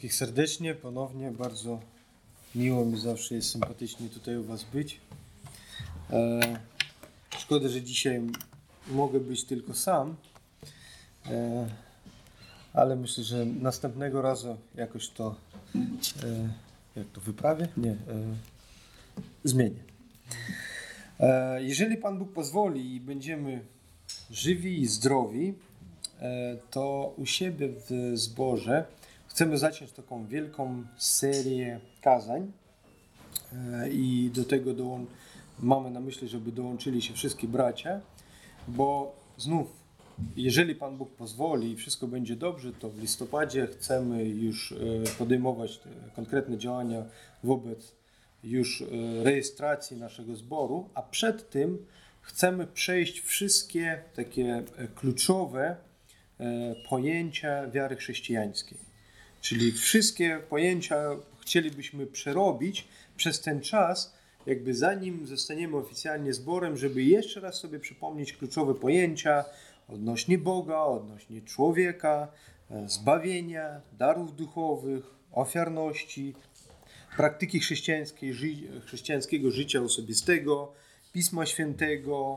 Wszystkich serdecznie, ponownie, bardzo miło mi zawsze jest sympatycznie tutaj u Was być. Szkoda, że dzisiaj mogę być tylko sam, ale myślę, że następnego razu jakoś to, wyprawię? Nie, zmienię. Jeżeli Pan Bóg pozwoli i będziemy żywi i zdrowi, to u siebie w zborze chcemy zacząć taką wielką serię kazań i do tego mamy na myśli, żeby dołączyli się wszyscy bracia, bo znów, jeżeli Pan Bóg pozwoli i wszystko będzie dobrze, to w listopadzie chcemy już podejmować konkretne działania wobec już rejestracji naszego zboru, a przed tym chcemy przejść wszystkie takie kluczowe pojęcia wiary chrześcijańskiej. Czyli wszystkie pojęcia chcielibyśmy przerobić przez ten czas, jakby zanim zostaniemy oficjalnie zborem, żeby jeszcze raz sobie przypomnieć kluczowe pojęcia odnośnie Boga, odnośnie człowieka, zbawienia, darów duchowych, ofiarności, praktyki chrześcijańskiego życia osobistego, Pisma Świętego,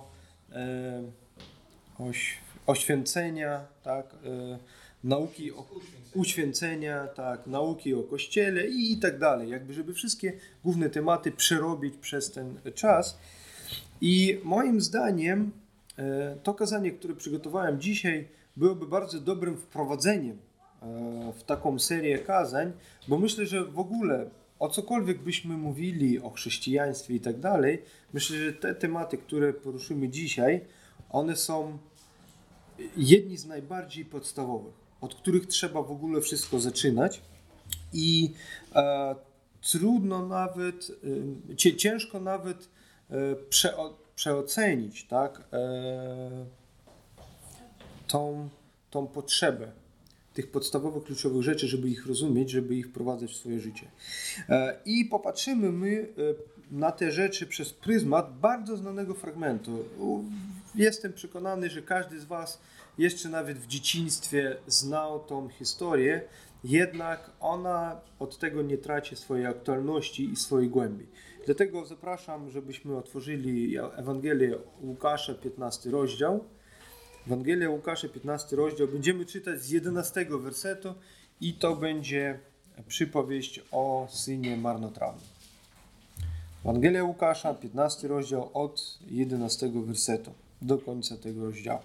oświęcenia, tak, nauki o uświęcenia, tak, nauki o Kościele i tak dalej. Jakby, żeby wszystkie główne tematy przerobić przez ten czas. I moim zdaniem to kazanie, które przygotowałem dzisiaj, byłoby bardzo dobrym wprowadzeniem w taką serię kazań, bo myślę, że w ogóle o cokolwiek byśmy mówili o chrześcijaństwie i tak dalej, myślę, że te tematy, które poruszymy dzisiaj, one są jedni z najbardziej podstawowych, od których trzeba w ogóle wszystko zaczynać i trudno nawet, ciężko nawet przeocenić, tak, tą potrzebę tych podstawowych, kluczowych rzeczy, żeby ich rozumieć, żeby ich wprowadzać w swoje życie. I popatrzymy my na te rzeczy przez pryzmat bardzo znanego fragmentu. Jestem przekonany, że każdy z Was jeszcze nawet w dzieciństwie znał tą historię, jednak ona od tego nie traci swojej aktualności i swojej głębi. Dlatego zapraszam, żebyśmy otworzyli Ewangelię Łukasza, 15 rozdział. Ewangelia Łukasza, 15 rozdział. Będziemy czytać z 11 wersetu i to będzie przypowieść o synie marnotrawnym. Ewangelia Łukasza, 15 rozdział od 11 wersetu do końca tego rozdziału.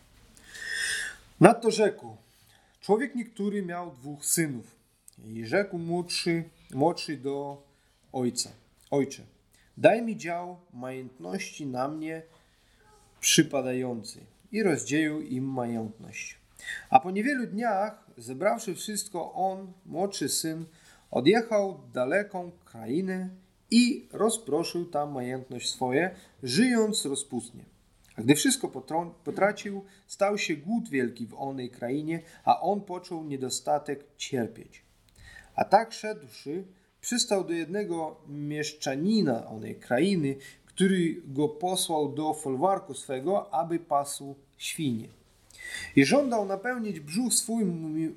Nadto rzekł: człowiek niektóry miał 2 synów i rzekł młodszy do ojca: ojcze, daj mi dział majątności na mnie przypadającej. I rozdzielił im majątność. A po niewielu dniach, zebrawszy wszystko, on, młodszy syn, odjechał daleką krainę i rozproszył tam majątność swoje, żyjąc rozpustnie. A gdy wszystko potracił, stał się głód wielki w onej krainie, a on począł niedostatek cierpieć. A tak szedłszy, przystał do jednego mieszczanina onej krainy, który go posłał do folwarku swego, aby pasł świnie. I żądał napełnić brzuch swój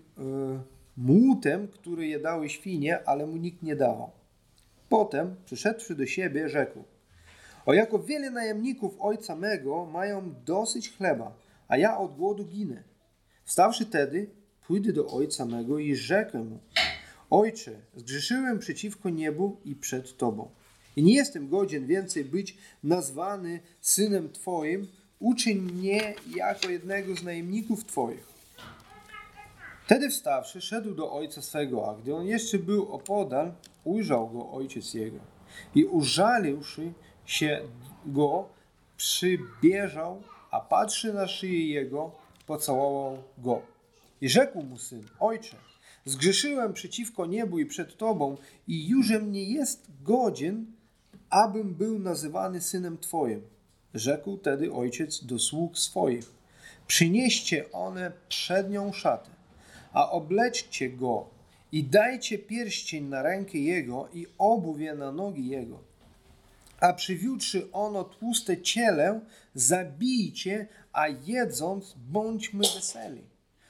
młotem, który je dały świnie, ale mu nikt nie dawał. Potem, przyszedłszy do siebie, rzekł: o jako wiele najemników ojca mego mają dosyć chleba, a ja od głodu ginę. Wstawszy tedy, pójdę do ojca mego i rzekł mu: ojcze, zgrzeszyłem przeciwko niebu i przed Tobą. I nie jestem godzien więcej być nazwany synem Twoim. Uczyń mnie jako jednego z najemników Twoich. Wtedy wstawszy, szedł do ojca swego, a gdy on jeszcze był opodal, ujrzał go ojciec jego. I użaliwszy się go, przybieżał, a patrzy na szyję jego, pocałował go. I rzekł mu syn: ojcze, zgrzeszyłem przeciwko niebu i przed Tobą i jużem nie jest godzien, abym był nazywany synem Twoim. Rzekł tedy ojciec do sług swoich: przynieście one przednią szatę, a obleczcie go i dajcie pierścień na rękę jego i obuwie na nogi jego. A przywiódłszy ono tłuste ciele, zabijcie, a jedząc bądźmy weseli.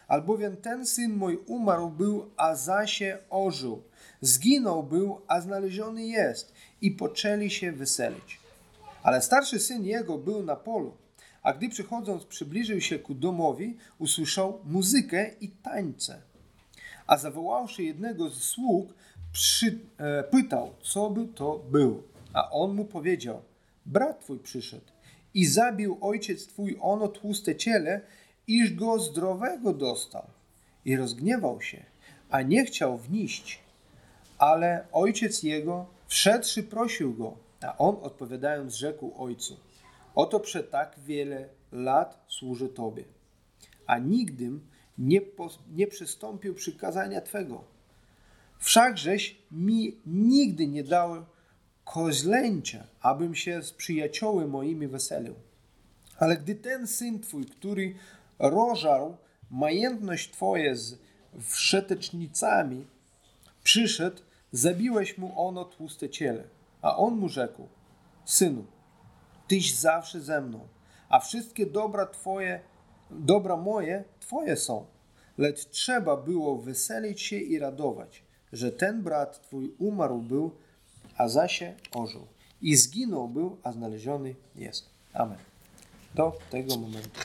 albowiem ten syn mój umarł był, a zasie ożył. Zginął był, a znaleziony jest. I poczęli się weselić. Ale starszy syn jego był na polu, a gdy przychodząc przybliżył się ku domowi, usłyszał muzykę i tańce. A zawoławszy jednego z sług, pytał, co by to było. A on mu powiedział, brat twój przyszedł i zabił ojciec twój ono tłuste ciele, iż go zdrowego dostał. I rozgniewał się, a nie chciał wnieść. Ale ojciec jego, wszedłszy, prosił go, a on odpowiadając rzekł ojcu, oto przed tak wiele lat służę tobie, a nigdym nie przystąpił przykazania twego. Wszakżeś mi nigdy nie dał kozlęcia, abym się z przyjacioły moimi weselił. Ale gdy ten syn twój, który rozżarł majętność twoje z wszetecznicami, przyszedł, zabiłeś mu ono tłuste ciele. A on mu rzekł, synu, tyś zawsze ze mną, a wszystkie dobra moje twoje są. Lecz trzeba było weselić się i radować, że ten brat twój umarł był, a zasie ożył. I zginął był, a znaleziony jest. Amen. Do tego momentu.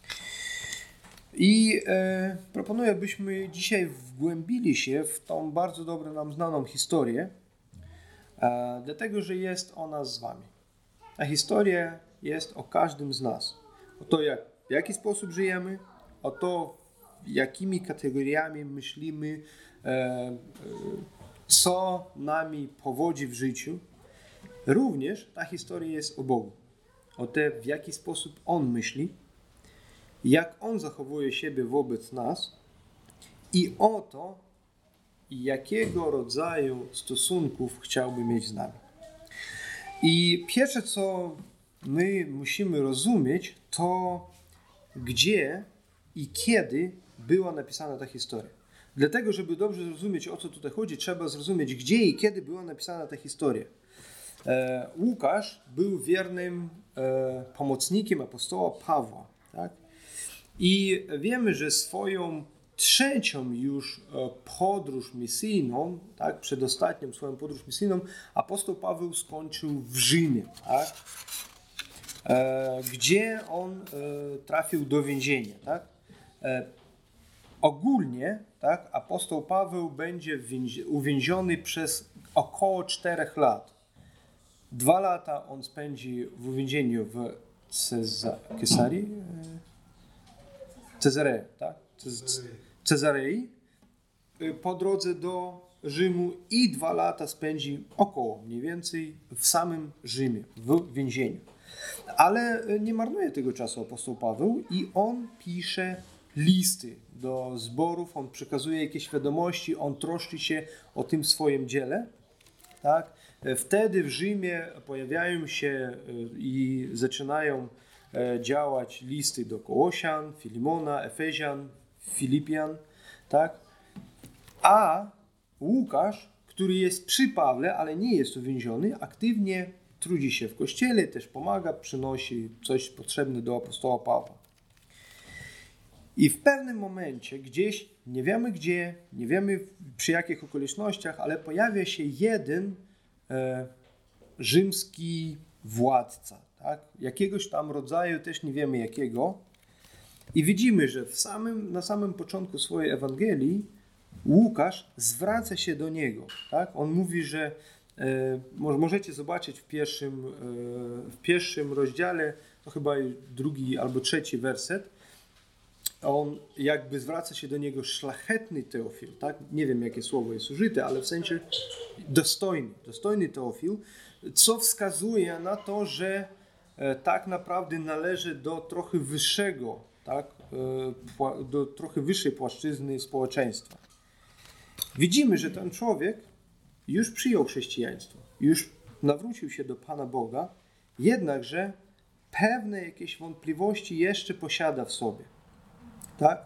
I proponuję, byśmy dzisiaj wgłębili się w tą bardzo dobrze nam znaną historię, dlatego, że jest ona z wami. A historia jest o każdym z nas. O to, w jaki sposób żyjemy, o to, jakimi kategoriami myślimy, co nami powodzi w życiu. Również ta historia jest o Bogu. O tym, w jaki sposób On myśli, jak On zachowuje siebie wobec nas i o to, jakiego rodzaju stosunków chciałby mieć z nami. I pierwsze, co my musimy rozumieć, to gdzie i kiedy była napisana ta historia. Dlatego, żeby dobrze zrozumieć, o co tutaj chodzi, trzeba zrozumieć, gdzie i kiedy była napisana ta historia. Łukasz był wiernym pomocnikiem apostoła Pawła. Tak? I wiemy, że swoją trzecią już podróż misyjną, tak, przedostatnią swoją podróż misyjną, apostoł Paweł skończył w Rzymie, tak? Gdzie on trafił do więzienia. Tak? Ogólnie tak, apostoł Paweł będzie uwięziony przez około 4 lat. 2 lata on spędzi w uwięzieniu w Cezarei, tak? Cezarei po drodze do Rzymu i 2 lata spędzi około mniej więcej w samym Rzymie, w więzieniu. Ale nie marnuje tego czasu apostoł Paweł i on pisze listy do zborów, on przekazuje jakieś wiadomości, on troszczy się o tym swoim dziele. Tak? Wtedy w Rzymie pojawiają się i zaczynają działać listy do Kołosian, Filimona, Efezjan, Filipian. Tak? A Łukasz, który jest przy Pawle, ale nie jest uwięziony, aktywnie trudzi się w kościele, też pomaga, przynosi coś potrzebne do apostoła Pawła. I w pewnym momencie, gdzieś, nie wiemy gdzie, nie wiemy przy jakich okolicznościach, ale pojawia się jeden rzymski władca, tak? Jakiegoś tam rodzaju, też nie wiemy jakiego. I widzimy, że na samym początku swojej Ewangelii Łukasz zwraca się do niego. Tak? On mówi, że możecie zobaczyć w pierwszym rozdziale, to chyba 2 albo 3 werset, on jakby zwraca się do niego szlachetny Teofil. Tak? Nie wiem, jakie słowo jest użyte, ale w sensie dostojny Teofil, co wskazuje na to, że tak naprawdę należy do trochę wyższego, tak? Do trochę wyższej płaszczyzny społeczeństwa. Widzimy, że ten człowiek już przyjął chrześcijaństwo, już nawrócił się do Pana Boga, jednakże pewne jakieś wątpliwości jeszcze posiada w sobie. Tak?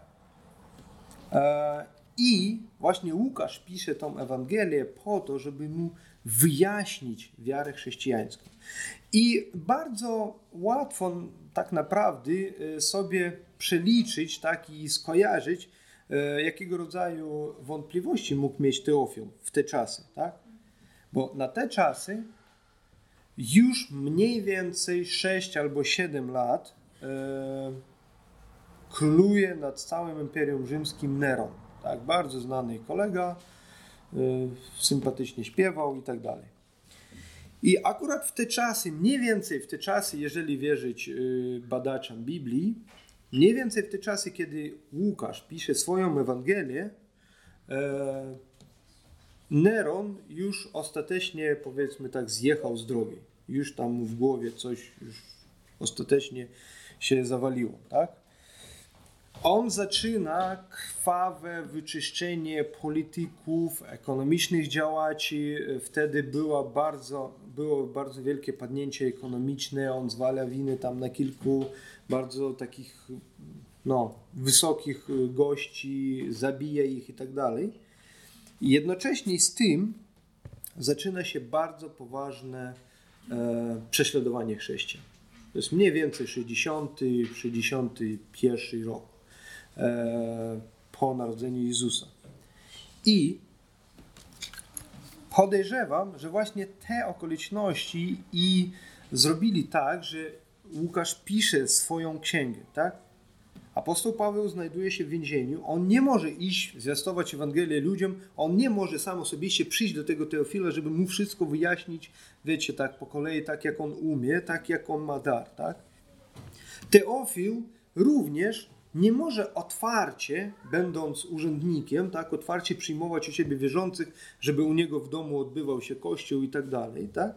I właśnie Łukasz pisze tą Ewangelię po to, żeby mu wyjaśnić wiarę chrześcijańską. I bardzo łatwo tak naprawdę sobie przeliczyć tak, i skojarzyć, jakiego rodzaju wątpliwości mógł mieć Teofil w te czasy, tak? Bo na te czasy już mniej więcej 6 albo 7 lat króluje nad całym Imperium Rzymskim Neron. Tak? Bardzo znany kolega, sympatycznie śpiewał i tak dalej. I akurat w te czasy, mniej więcej w te czasy, jeżeli wierzyć badaczom Biblii, mniej więcej w te czasy, kiedy Łukasz pisze swoją Ewangelię, Neron już ostatecznie, powiedzmy tak, zjechał z drogi. Już tam mu w głowie coś już ostatecznie się zawaliło, tak? On zaczyna krwawe wyczyszczenie polityków, ekonomicznych działaczy. Wtedy było bardzo wielkie padnięcie ekonomiczne. On zwala winy tam na kilku bardzo takich wysokich gości, zabija ich i tak dalej. I jednocześnie z tym zaczyna się bardzo poważne prześladowanie chrześcijan. To jest mniej więcej 61 rok po narodzeniu Jezusa. I podejrzewam, że właśnie te okoliczności i zrobili tak, że Łukasz pisze swoją księgę, tak? Apostoł Paweł znajduje się w więzieniu, on nie może iść, zwiastować Ewangelię ludziom, on nie może sam osobiście przyjść do tego Teofila, żeby mu wszystko wyjaśnić, wiecie, tak po kolei, tak jak on umie, tak jak on ma dar, tak? Teofil również nie może otwarcie, będąc urzędnikiem, tak, otwarcie przyjmować u siebie wierzących, żeby u niego w domu odbywał się kościół i tak dalej, tak?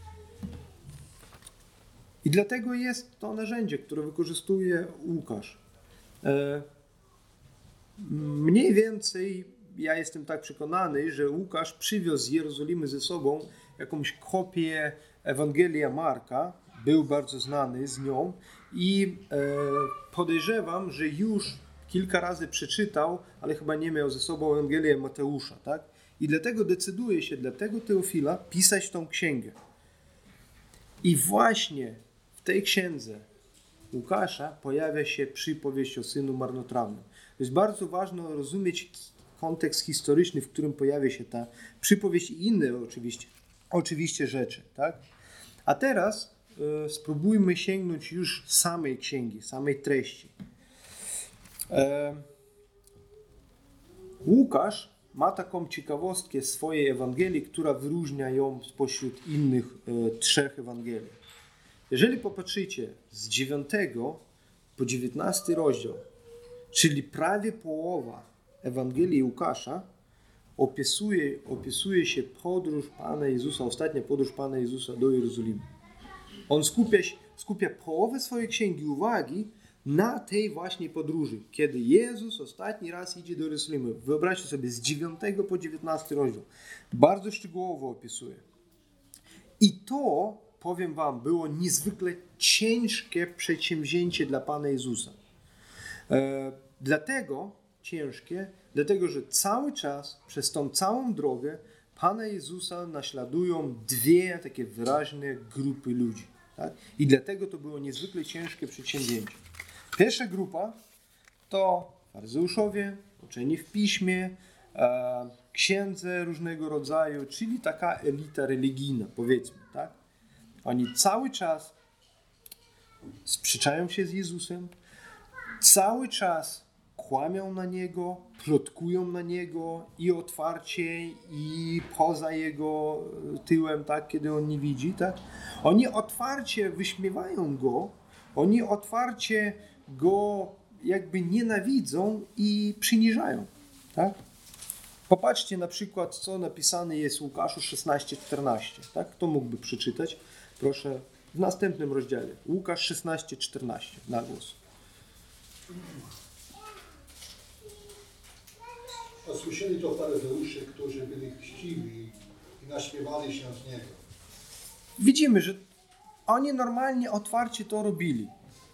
I dlatego jest to narzędzie, które wykorzystuje Łukasz. Mniej więcej ja jestem tak przekonany, że Łukasz przywiózł z Jerozolimy ze sobą jakąś kopię Ewangelii Marka, był bardzo znany z nią i podejrzewam, że już kilka razy przeczytał, ale chyba nie miał ze sobą Ewangelię Mateusza, tak? I dlatego decyduje się dla tego Teofila pisać tą księgę. I właśnie w tej księdze Łukasza pojawia się przypowieść o synu marnotrawnym. To jest bardzo ważne rozumieć kontekst historyczny, w którym pojawia się ta przypowieść i inne oczywiście rzeczy. Tak? A teraz spróbujmy sięgnąć już samej księgi, samej treści. Łukasz ma taką ciekawostkę swojej Ewangelii, która wyróżnia ją spośród innych 3 Ewangelii. Jeżeli popatrzycie z 9 po 19 rozdział, czyli prawie połowa Ewangelii Łukasza, opisuje się podróż Pana Jezusa, ostatnia podróż Pana Jezusa do Jerozolimy. On skupia połowę swojej księgi uwagi na tej właśnie podróży, kiedy Jezus ostatni raz idzie do Jerozolimy. Wyobraźcie sobie, z 9 po 19 rozdział. Bardzo szczegółowo opisuje. I to, powiem wam, było niezwykle ciężkie przedsięwzięcie dla Pana Jezusa. Dlatego ciężkie, dlatego że cały czas, przez tą całą drogę Pana Jezusa naśladują 2 takie wyraźne grupy ludzi. Tak? I dlatego to było niezwykle ciężkie przedsięwzięcie. Pierwsza grupa to faryzeuszowie, uczeni w piśmie, księdze różnego rodzaju, czyli taka elita religijna, powiedzmy. Tak? Oni cały czas sprzeczają się z Jezusem, cały czas kłamią na Niego, plotkują na Niego i otwarcie, i poza Jego tyłem, tak, kiedy On nie widzi. Tak? Oni otwarcie wyśmiewają Go, oni otwarcie Go jakby nienawidzą i przyniżają. Tak? Popatrzcie na przykład, co napisane jest w Łukaszu 16:14. Tak? Kto mógłby przeczytać? Proszę, w następnym rozdziale. Łukasz 16:14. Na głos. A słyszeli to faryzeusze, którzy byli chciwi i naśmiewali się z Niego. Widzimy, że oni normalnie otwarcie to robili.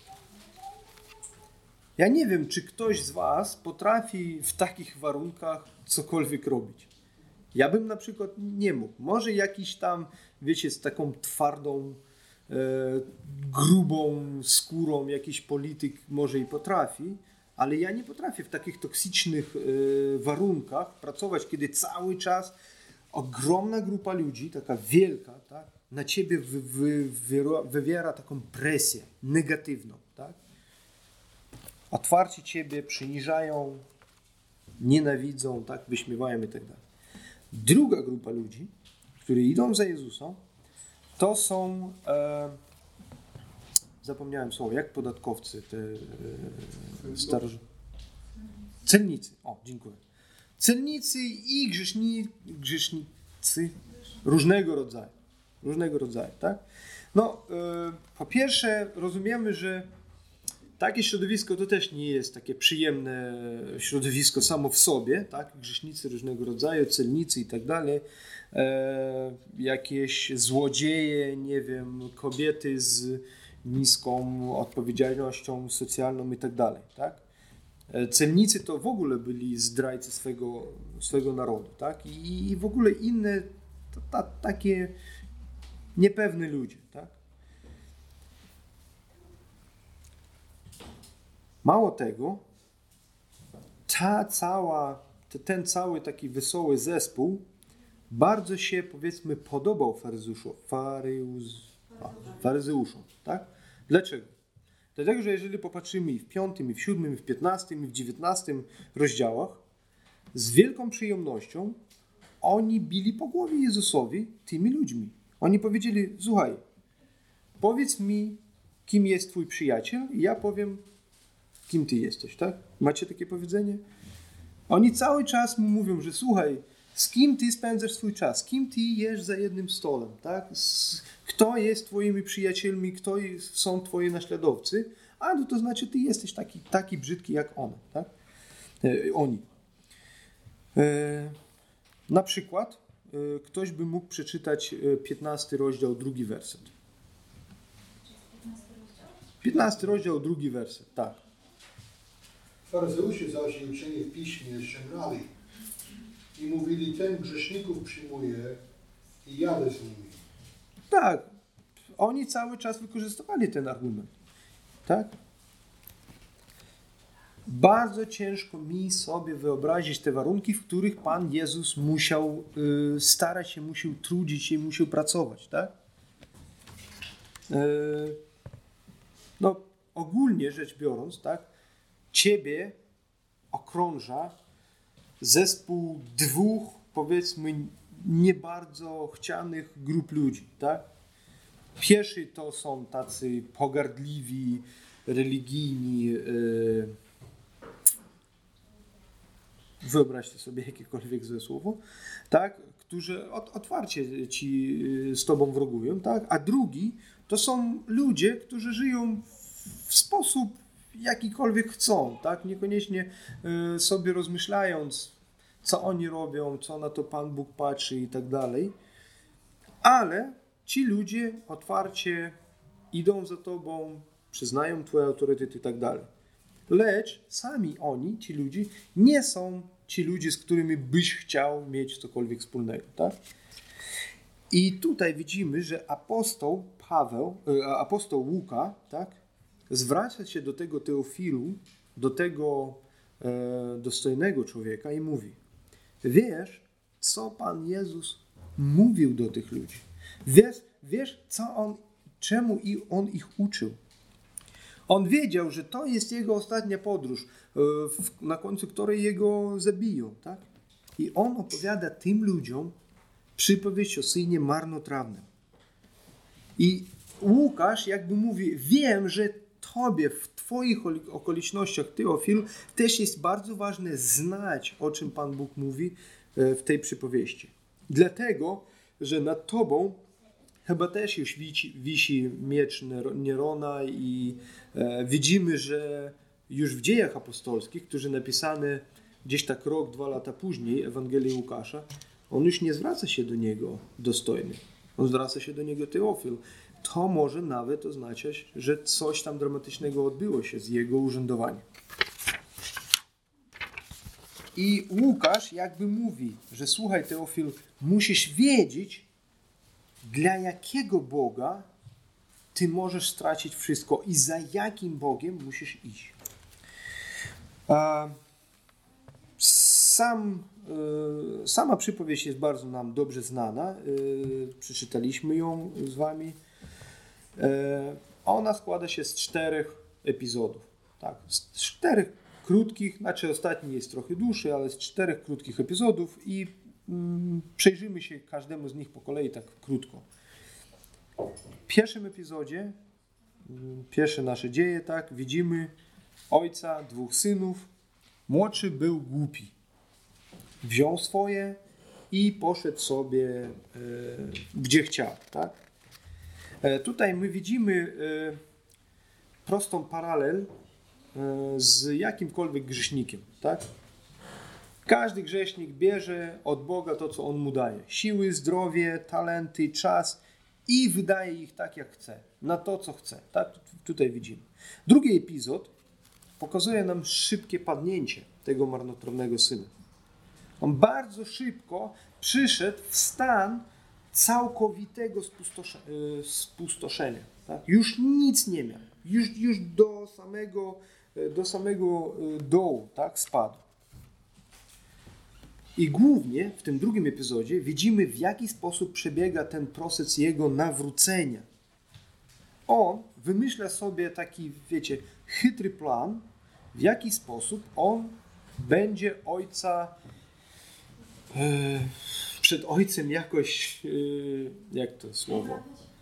Ja nie wiem, czy ktoś z was potrafi w takich warunkach cokolwiek robić. Ja bym na przykład nie mógł. Może jakiś tam, wiecie, z taką twardą, grubą skórą jakiś polityk może i potrafi, ale ja nie potrafię w takich toksycznych warunkach pracować, kiedy cały czas ogromna grupa ludzi, taka wielka, tak, na ciebie wywiera taką presję negatywną. Tak? Otwarcie ciebie przyniżają, nienawidzą, tak, wyśmiewają i tak dalej. Druga grupa ludzi, którzy idą za Jezusem, to są, zapomniałem słowa, jak podatkowcy, te celnicy, dziękuję. Celnicy i grzesznicy różnego rodzaju, tak? No, po pierwsze rozumiemy, że takie środowisko to też nie jest takie przyjemne środowisko samo w sobie, tak? Grzesznicy różnego rodzaju, celnicy i tak dalej, jakieś złodzieje, nie wiem, kobiety z niską odpowiedzialnością socjalną i tak dalej, tak? Celnicy to w ogóle byli zdrajcy swego narodu, tak? I w ogóle inne takie niepewne ludzie, tak? Mało tego, ten cały taki wesoły zespół bardzo się, powiedzmy, podobał faryzeuszom, tak? Dlaczego? Dlatego, że jeżeli popatrzymy i w 5, i w 7, i w 15, i w 19 rozdziałach, z wielką przyjemnością oni bili po głowie Jezusowi tymi ludźmi. Oni powiedzieli, słuchaj, powiedz mi, kim jest twój przyjaciel i ja powiem, kim ty jesteś, tak? Macie takie powiedzenie? Oni cały czas mu mówią, że słuchaj, z kim ty spędzasz swój czas, z kim ty jesz za jednym stolem, tak? Kto jest twoimi przyjacielmi, kto są twoi naśladowcy, a no to znaczy ty jesteś taki brzydki jak one, tak? Oni. Na przykład ktoś by mógł przeczytać 15 rozdział, 2 werset. 15 rozdział, 2 werset, tak. Faryzeusze zaś i uczeni w piśmie szemrali i mówili, ten grzeszników przyjmuje i jadę z nimi. Tak, oni cały czas wykorzystywali ten argument, tak? Bardzo ciężko mi sobie wyobrazić te warunki, w których Pan Jezus musiał starać się, musiał trudzić się, musiał pracować, tak? No, ogólnie rzecz biorąc, tak? Ciebie okrąża zespół 2, powiedzmy, nie bardzo chcianych grup ludzi, tak? Pierwszy to są tacy pogardliwi, religijni, wyobraźcie sobie jakiekolwiek złe słowo, tak? Którzy otwarcie ci z tobą wrogują, tak? A drugi to są ludzie, którzy żyją w sposób jakikolwiek chcą, tak? Niekoniecznie sobie rozmyślając, co oni robią, co na to Pan Bóg patrzy i tak dalej, ale ci ludzie otwarcie idą za tobą, przyznają twoje autorytety i tak dalej. Lecz sami oni, ci ludzie, nie są ci ludzie, z którymi byś chciał mieć cokolwiek wspólnego, tak? I tutaj widzimy, że apostoł Łuka, tak, zwraca się do tego Teofilu, do tego dostojnego człowieka i mówi, wiesz, co Pan Jezus mówił do tych ludzi. Wiesz czemu on ich uczył. On wiedział, że to jest jego ostatnia podróż, na końcu której jego zabiją, tak? I on opowiada tym ludziom przypowieść o synie marnotrawnym. I Łukasz jakby mówi, wiem, że tobie w twoich okolicznościach, Teofil, też jest bardzo ważne znać, o czym Pan Bóg mówi w tej przypowieści. Dlatego, że nad tobą chyba też już wisi miecz Nerona i widzimy, że już w Dziejach Apostolskich, którzy napisane gdzieś tak rok, 2 lata później, Ewangelii Łukasza, on już nie zwraca się do niego dostojny. On zwraca się do niego Teofil. To może nawet oznaczać, że coś tam dramatycznego odbyło się z jego urzędowaniem. I Łukasz jakby mówi, że słuchaj Teofil, musisz wiedzieć, dla jakiego Boga ty możesz stracić wszystko i za jakim Bogiem musisz iść. Sama przypowieść jest bardzo nam dobrze znana. Przeczytaliśmy ją z wami. Ona składa się z 4 epizodów. Tak? Z 4 krótkich, znaczy ostatni jest trochę dłuższy, ale z 4 krótkich epizodów i przejrzymy się każdemu z nich po kolei tak krótko. W pierwszym epizodzie, pierwsze nasze dzieje, tak, widzimy ojca 2 synów. Młodszy był głupi. Wziął swoje i poszedł sobie gdzie chciał. Tak? Tutaj my widzimy prostą paralel z jakimkolwiek grzesznikiem. Tak? Każdy grzesznik bierze od Boga to, co On mu daje. Siły, zdrowie, talenty, czas i wydaje ich tak, jak chce. Na to, co chce. Tak? Tutaj widzimy. Drugi epizod pokazuje nam szybkie padnięcie tego marnotrawnego syna. On bardzo szybko przyszedł w stan całkowitego spustoszenia. Tak? Już nic nie miał. Już do samego dołu, tak, spadł. I głównie w tym drugim epizodzie widzimy, w jaki sposób przebiega ten proces jego nawrócenia. On wymyśla sobie taki, wiecie, chytry plan, w jaki sposób on będzie przed ojcem jakoś, jak to słowo?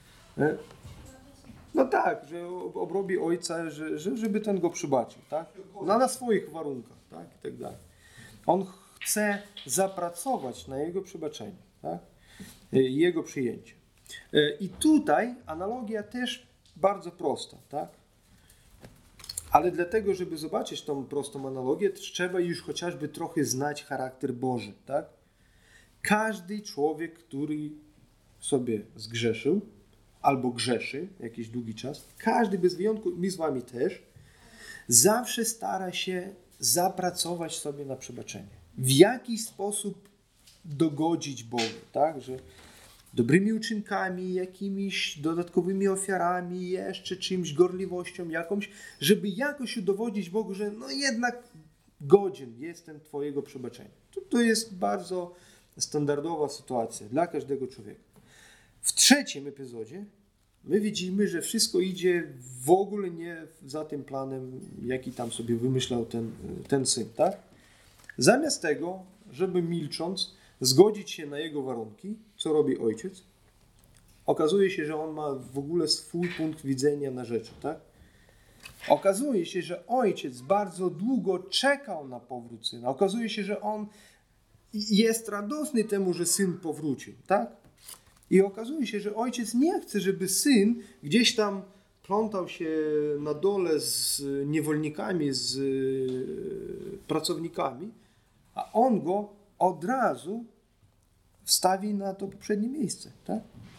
No tak, że obrobi ojca, żeby ten go przebaczył, tak? Na swoich warunkach, tak? I tak dalej. On chce zapracować na jego przebaczenie, tak? Jego przyjęcie. I tutaj analogia też bardzo prosta, tak? Ale dlatego, żeby zobaczyć tą prostą analogię, trzeba już chociażby trochę znać charakter Boży, tak? Każdy człowiek, który sobie zgrzeszył, albo grzeszy jakiś długi czas, każdy bez wyjątku, my z wami też, zawsze stara się zapracować sobie na przebaczenie. W jakiś sposób dogodzić Bogu, tak? Że dobrymi uczynkami, jakimiś dodatkowymi ofiarami, jeszcze czymś, gorliwością jakąś, żeby jakoś udowodnić Bogu, że no jednak godzien jestem Twojego przebaczenia. To jest bardzo standardowa sytuacja dla każdego człowieka. W trzecim epizodzie my widzimy, że wszystko idzie w ogóle nie za tym planem, jaki tam sobie wymyślał ten syn, tak? Zamiast tego, żeby milcząc, zgodzić się na jego warunki, co robi ojciec, okazuje się, że on ma w ogóle swój punkt widzenia na rzeczy, tak? Okazuje się, że ojciec bardzo długo czekał na powrót syna. Okazuje się, że on jest radosny temu, że syn powrócił, tak? I okazuje się, że ojciec nie chce, żeby syn gdzieś tam plątał się na dole z niewolnikami, z pracownikami, a on go od razu wstawi na to poprzednie miejsce. Tak?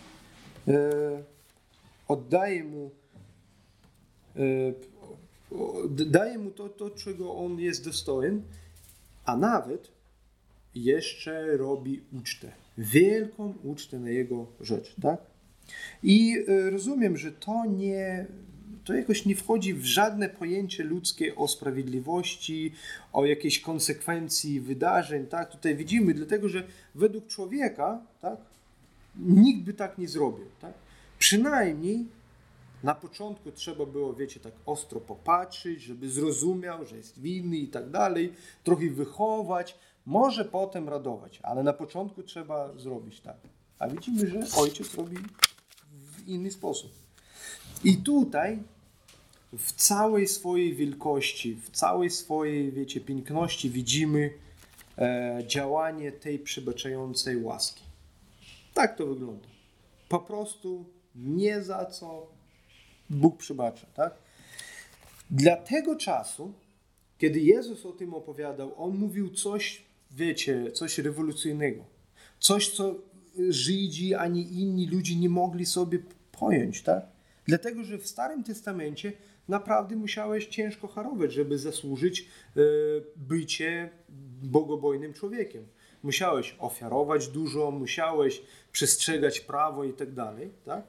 Daje mu to, czego on jest dostojen, a nawet jeszcze robi ucztę. Wielką ucztę na jego rzecz. Tak? I rozumiem, że to jakoś nie wchodzi w żadne pojęcie ludzkie o sprawiedliwości, o jakiejś konsekwencji wydarzeń. Tak? Tutaj widzimy, dlatego że według człowieka, tak, nikt by tak nie zrobił. Tak? Przynajmniej na początku trzeba było, wiecie, tak ostro popatrzeć, żeby zrozumiał, że jest winny i tak dalej, trochę wychować, może potem radować, ale na początku trzeba zrobić tak. A widzimy, że ojciec robi w inny sposób. I tutaj w całej swojej wielkości, w całej swojej, wiecie, piękności widzimy działanie tej przebaczającej łaski. Tak to wygląda. Po prostu nie za co Bóg przebacza. Tak? Dla tego czasu, kiedy Jezus o tym opowiadał, On mówił coś, wiecie, coś rewolucyjnego. Coś, co Żydzi ani inni ludzie nie mogli sobie pojąć. Tak? Dlatego, że w Starym Testamencie naprawdę musiałeś ciężko harować, żeby zasłużyć bycie bogobojnym człowiekiem. Musiałeś ofiarować dużo, musiałeś przestrzegać prawo i tak dalej. Tak?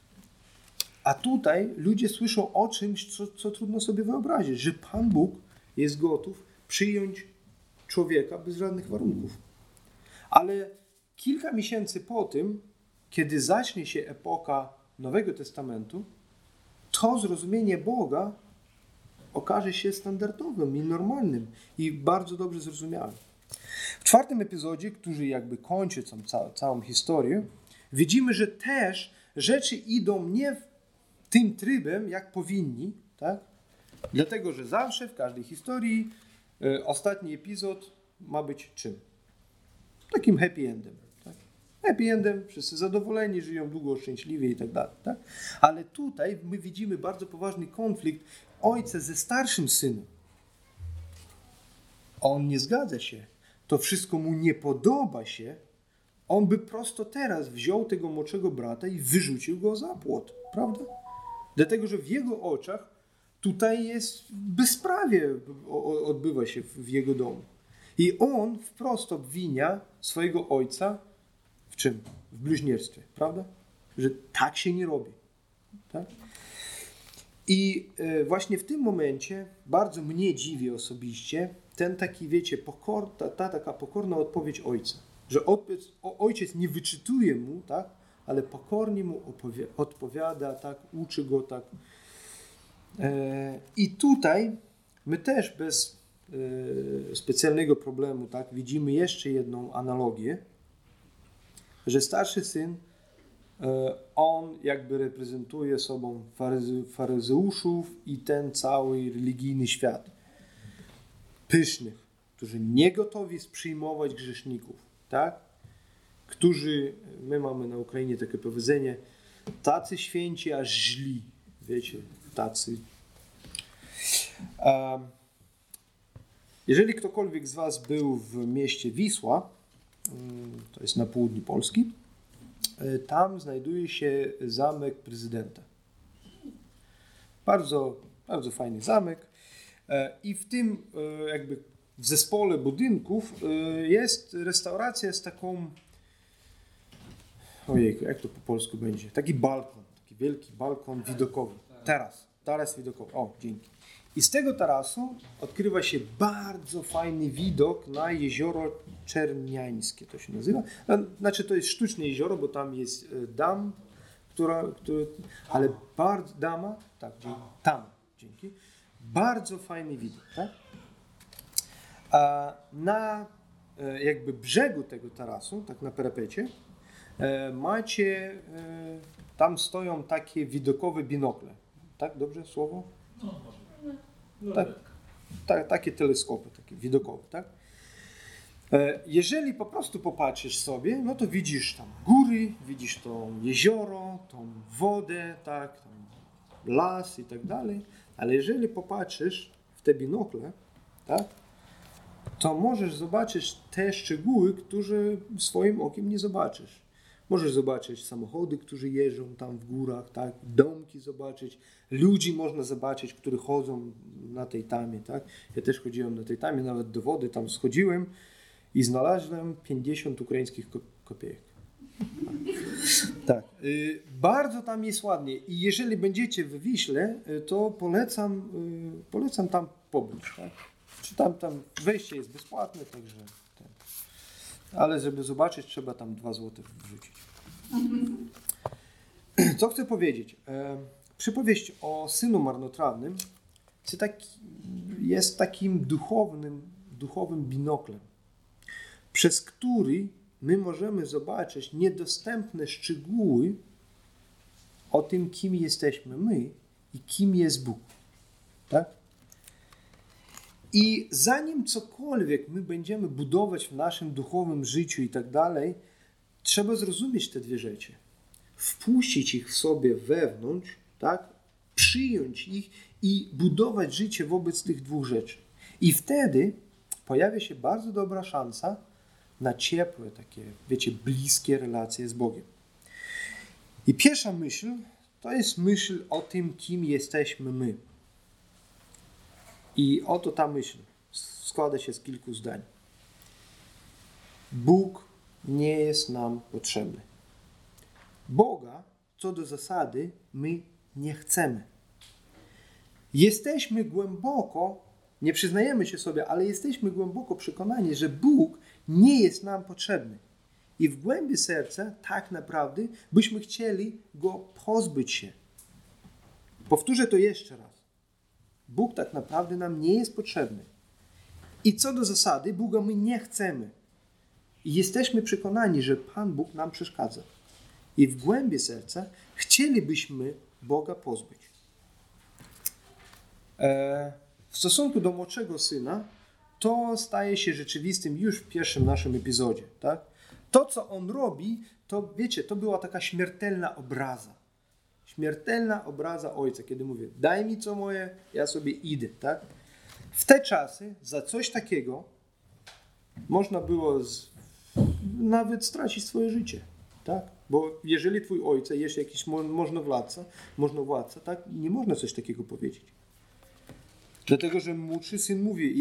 A tutaj ludzie słyszą o czymś, co trudno sobie wyobrazić, że Pan Bóg jest gotów przyjąć człowieka bez żadnych warunków. Ale kilka miesięcy po tym, kiedy zacznie się epoka Nowego Testamentu, to zrozumienie Boga okaże się standardowym i normalnym i bardzo dobrze zrozumiałym. W 4. epizodzie, który jakby kończy całą historię, widzimy, że też rzeczy idą nie tym trybem, jak powinni, tak? Dlatego, że zawsze w każdej historii ostatni epizod ma być czym? Takim happy endem. Tak? Happy endem, wszyscy zadowoleni, żyją długo, szczęśliwie i tak dalej. Tak? Ale tutaj my widzimy bardzo poważny konflikt ojca ze starszym synem. On nie zgadza się. To wszystko mu nie podoba się. On by prosto teraz wziął tego młodszego brata i wyrzucił go za płot. Prawda? Dlatego, że w jego oczach tutaj jest bezprawie odbywa się w jego domu. I on wprost obwinia swojego ojca w czym? W bluźnierstwie, prawda? Że tak się nie robi. Tak? I właśnie w tym momencie bardzo mnie dziwi osobiście ten taki, wiecie, ta taka pokorna odpowiedź ojca. Że ojciec nie wyczytuje mu, tak? Ale pokornie mu odpowiada, tak? Uczy go, tak? I tutaj my też bez specjalnego problemu, tak? Widzimy jeszcze jedną analogię, że starszy syn, on jakby reprezentuje sobą faryzeuszów i ten cały religijny świat. Pysznych, którzy nie gotowi przyjmować grzeszników, tak? Którzy, my mamy na Ukrainie takie powiedzenie, tacy święci, aż źli. Wiecie, tacy. Jeżeli ktokolwiek z was był w mieście Wisła, to jest na południu Polski, tam znajduje się zamek prezydenta. Bardzo, bardzo fajny zamek. I w tym jakby w zespole budynków jest restauracja z taką, ojejku, jak to po polsku będzie? Taki balkon, taki wielki balkon widokowy. Taras widokowy. O, dzięki. I z tego tarasu odkrywa się bardzo fajny widok na jezioro Czerniańskie, to się nazywa. Znaczy to jest sztuczne jezioro, bo tam jest dam, ale bardzo, dama, tak, dzięki. Bardzo fajny widok, tak? A na jakby brzegu tego tarasu, tak na parapecie, macie, tam stoją takie widokowe binokle. Tak, dobrze słowo? No, tak, takie teleskopy, takie widokowe, tak? Jeżeli po prostu popatrzysz sobie, no to widzisz tam góry, widzisz to jezioro, tą wodę, tak, tam las i tak dalej, ale jeżeli popatrzysz w te binokle, tak, to możesz zobaczyć te szczegóły, które swoim okiem nie zobaczysz. Możesz zobaczyć samochody, którzy jeżdżą tam w górach, tak? Domki zobaczyć, ludzi można zobaczyć, którzy chodzą na tej tamie. Tak? Ja też chodziłem na tej tamie, nawet do wody tam schodziłem i znalazłem 50 ukraińskich kopiejek. Tak. Bardzo tam jest ładnie i jeżeli będziecie w Wiśle, to polecam tam pobyć. Tak? Czy tam wejście jest bezpłatne, także... Ale żeby zobaczyć, trzeba tam 2 zł wrzucić. Co chcę powiedzieć? Przypowieść o synu marnotrawnym jest takim duchowym binoklem, przez który my możemy zobaczyć niedostępne szczegóły o tym, kim jesteśmy my i kim jest Bóg. Tak? I zanim cokolwiek my będziemy budować w naszym duchowym życiu i tak dalej, trzeba zrozumieć te dwie rzeczy. Wpuścić ich w sobie wewnątrz, tak? Przyjąć ich i budować życie wobec tych dwóch rzeczy. I wtedy pojawia się bardzo dobra szansa na ciepłe, takie, wiecie, bliskie relacje z Bogiem. I pierwsza myśl to jest myśl o tym, kim jesteśmy my. I oto ta myśl składa się z kilku zdań. Bóg nie jest nam potrzebny. Boga, co do zasady, my nie chcemy. Jesteśmy głęboko Nie przyznajemy się sobie, ale jesteśmy głęboko przekonani, że Bóg nie jest nam potrzebny. I w głębi serca tak naprawdę byśmy chcieli Go pozbyć się. Powtórzę to jeszcze raz. Bóg tak naprawdę nam nie jest potrzebny. I co do zasady, Boga my nie chcemy. I jesteśmy przekonani, że Pan Bóg nam przeszkadza. I w głębi serca chcielibyśmy Boga pozbyć. W stosunku do młodszego syna, to staje się rzeczywistym już w pierwszym naszym epizodzie. Tak? To, co on robi, to wiecie, to była taka śmiertelna obraza. Śmiertelna obraza ojca, kiedy mówię, daj mi co moje, ja sobie idę. Tak? W te czasy za coś takiego można było nawet stracić swoje życie. Tak? Bo jeżeli twój ojca jest jakiś możnowładca, tak? Nie można coś takiego powiedzieć. Dlatego, że młodszy syn mówi,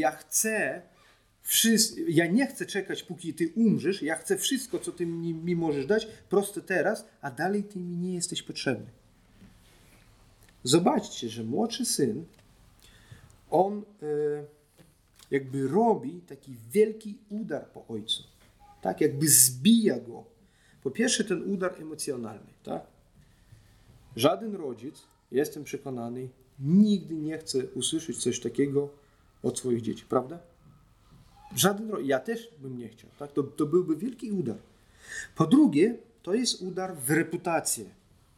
ja nie chcę czekać, póki ty umrzesz, ja chcę wszystko, co ty mi możesz dać, prosto teraz, a dalej ty mi nie jesteś potrzebny. Zobaczcie, że młodszy syn, on jakby robi taki wielki udar po ojcu. Tak, jakby zbija go. Po pierwsze ten udar emocjonalny. Tak? Żaden rodzic, jestem przekonany, nigdy nie chce usłyszeć coś takiego od swoich dzieci, prawda? Żaden rodzic, ja też bym nie chciał. Tak? To byłby wielki udar. Po drugie, to jest udar w reputację.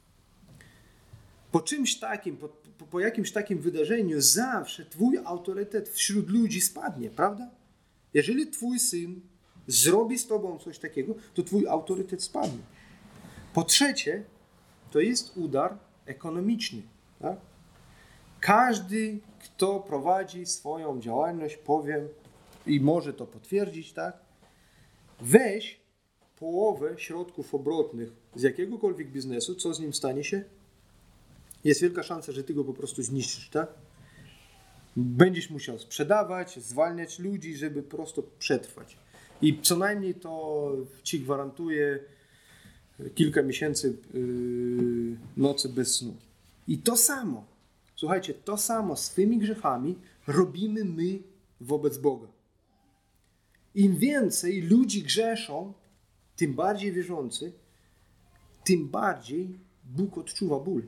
Po czymś takim, po jakimś takim wydarzeniu zawsze twój autorytet wśród ludzi spadnie, prawda? Jeżeli twój syn zrobi z tobą coś takiego, to twój autorytet spadnie. Po trzecie, to jest udar ekonomiczny. Tak? Każdy, kto prowadzi swoją działalność, powiem i może to potwierdzić, tak? Weź połowę środków obrotnych z jakiegokolwiek biznesu, co z nim stanie się? Jest wielka szansa, że ty go po prostu zniszczysz, tak? Będziesz musiał sprzedawać, zwalniać ludzi, żeby po prostu przetrwać. I co najmniej to ci gwarantuje kilka miesięcy nocy bez snu. I to samo, słuchajcie, to samo z tymi grzechami robimy my wobec Boga. Im więcej ludzi grzeszą, tym bardziej wierzący, tym bardziej Bóg odczuwa ból.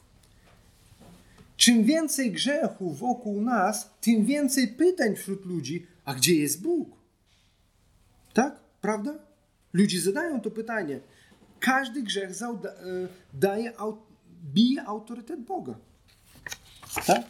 Czym więcej grzechu wokół nas, tym więcej pytań wśród ludzi, a gdzie jest Bóg? Tak? Prawda? Ludzie zadają to pytanie. Każdy grzech bije autorytet Boga. Tak?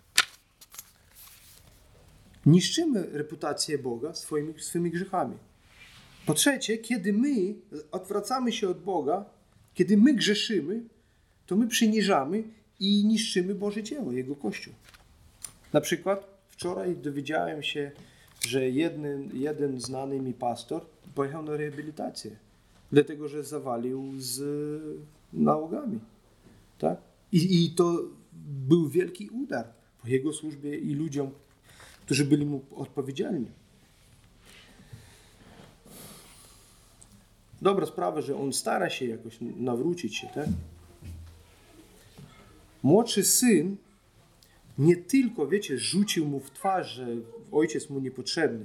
Niszczymy reputację Boga swoimi grzechami. Po trzecie, kiedy my odwracamy się od Boga, kiedy my grzeszymy, to my przyniżamy i niszczymy Boże dzieło, Jego Kościół. Na przykład wczoraj dowiedziałem się, że jeden znany mi pastor pojechał na rehabilitację, dlatego że zawalił z nałogami. Tak? I to był wielki udar po jego służbie i ludziom, którzy byli mu odpowiedzialni. Dobra sprawa, że on stara się jakoś nawrócić się, tak? Młodszy syn nie tylko, wiecie, rzucił mu w twarz, że ojciec mu niepotrzebny.